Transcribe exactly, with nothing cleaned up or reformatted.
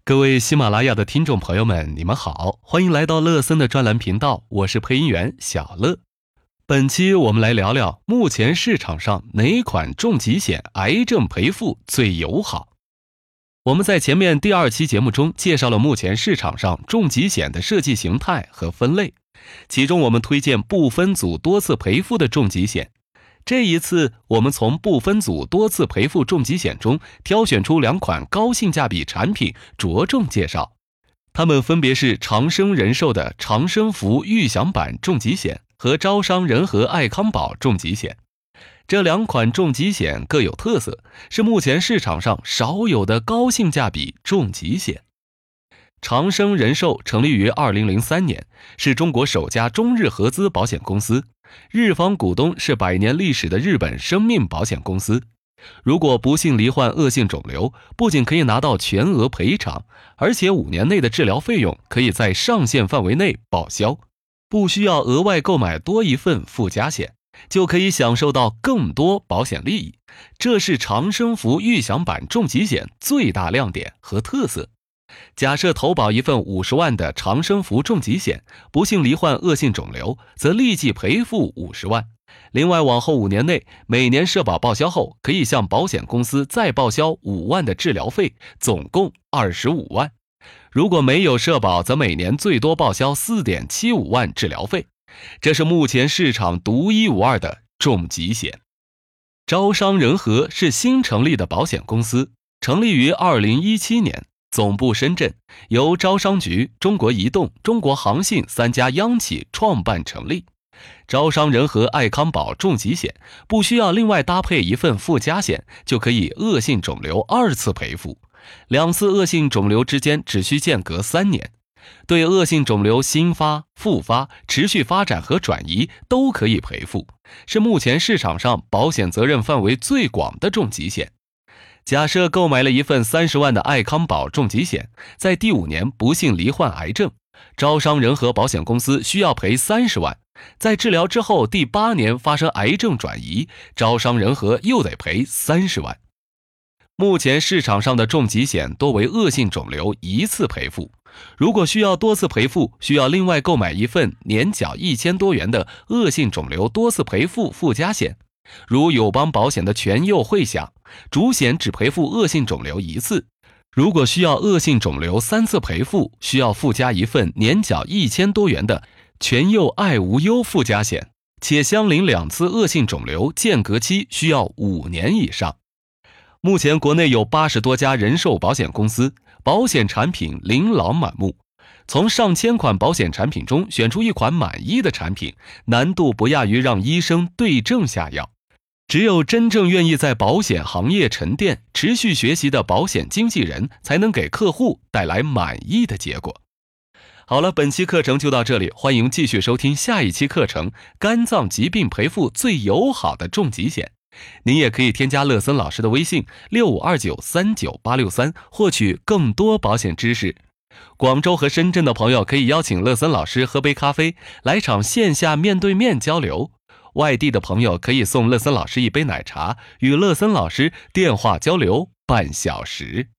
各位喜马拉雅的听众朋友们，你们好，欢迎来到乐森的专栏频道，我是配音员小乐。本期我们来聊聊目前市场上哪款重疾险癌症赔付最友好。我们在前面第二期节目中介绍了目前市场上重疾险的设计形态和分类，其中我们推荐不分组多次赔付的重疾险。这一次我们从不分组多次赔付重疾险中挑选出两款高性价比产品着重介绍，它们分别是长生人寿的长生福预享版重疾险和招商人和爱康保重疾险。这两款重疾险各有特色，是目前市场上少有的高性价比重疾险。长生人寿成立于二零零三年，是中国首家中日合资保险公司，日方股东是百年历史的日本生命保险公司。如果不幸罹患恶性肿瘤，不仅可以拿到全额赔偿，而且五年内的治疗费用可以在上限范围内报销，不需要额外购买多一份附加险，就可以享受到更多保险利益。这是长生福预享版重疾险最大亮点和特色。假设投保一份五十万的长生福重疾险，不幸罹患恶性肿瘤，则立即赔付五十万。另外往后五年内，每年社保报销后，可以向保险公司再报销五万的治疗费，总共二十五万。如果没有社保，则每年最多报销 四点七五万治疗费。这是目前市场独一无二的重疾险。招商人和是新成立的保险公司，成立于二零一七年，总部深圳，由招商局、中国移动、中国航信三家央企创办成立。招商人和爱康保重疾险不需要另外搭配一份附加险，就可以恶性肿瘤二次赔付，两次恶性肿瘤之间只需间隔三年，对恶性肿瘤新发、复发、持续发展和转移都可以赔付，是目前市场上保险责任范围最广的重疾险。假设购买了一份三十万的爱康保重疾险，在第五年不幸罹患癌症，招商人和保险公司需要赔三十万，在治疗之后第八年发生癌症转移，招商人和又得赔三十万。目前市场上的重疾险多为恶性肿瘤一次赔付，如果需要多次赔付，需要另外购买一份年缴一千多元的恶性肿瘤多次赔付附加险。如友邦保险的全佑惠享，主险只赔付恶性肿瘤一次，如果需要恶性肿瘤三次赔付，需要附加一份年缴一千多元的全佑爱无忧附加险，且相邻两次恶性肿瘤间隔期需要五年以上。目前国内有八十多家人寿保险公司，保险产品琳琅满目，从上千款保险产品中选出一款满意的产品，难度不亚于让医生对症下药。只有真正愿意在保险行业沉淀、持续学习的保险经纪人，才能给客户带来满意的结果。好了，本期课程就到这里，欢迎继续收听下一期课程，肝脏疾病赔付最友好的重疾险。您也可以添加乐森老师的微信六五二九三九八六三，获取更多保险知识。广州和深圳的朋友可以邀请乐森老师喝杯咖啡，来场线下面对面交流。外地的朋友可以送乐森老师一杯奶茶，与乐森老师电话交流半小时。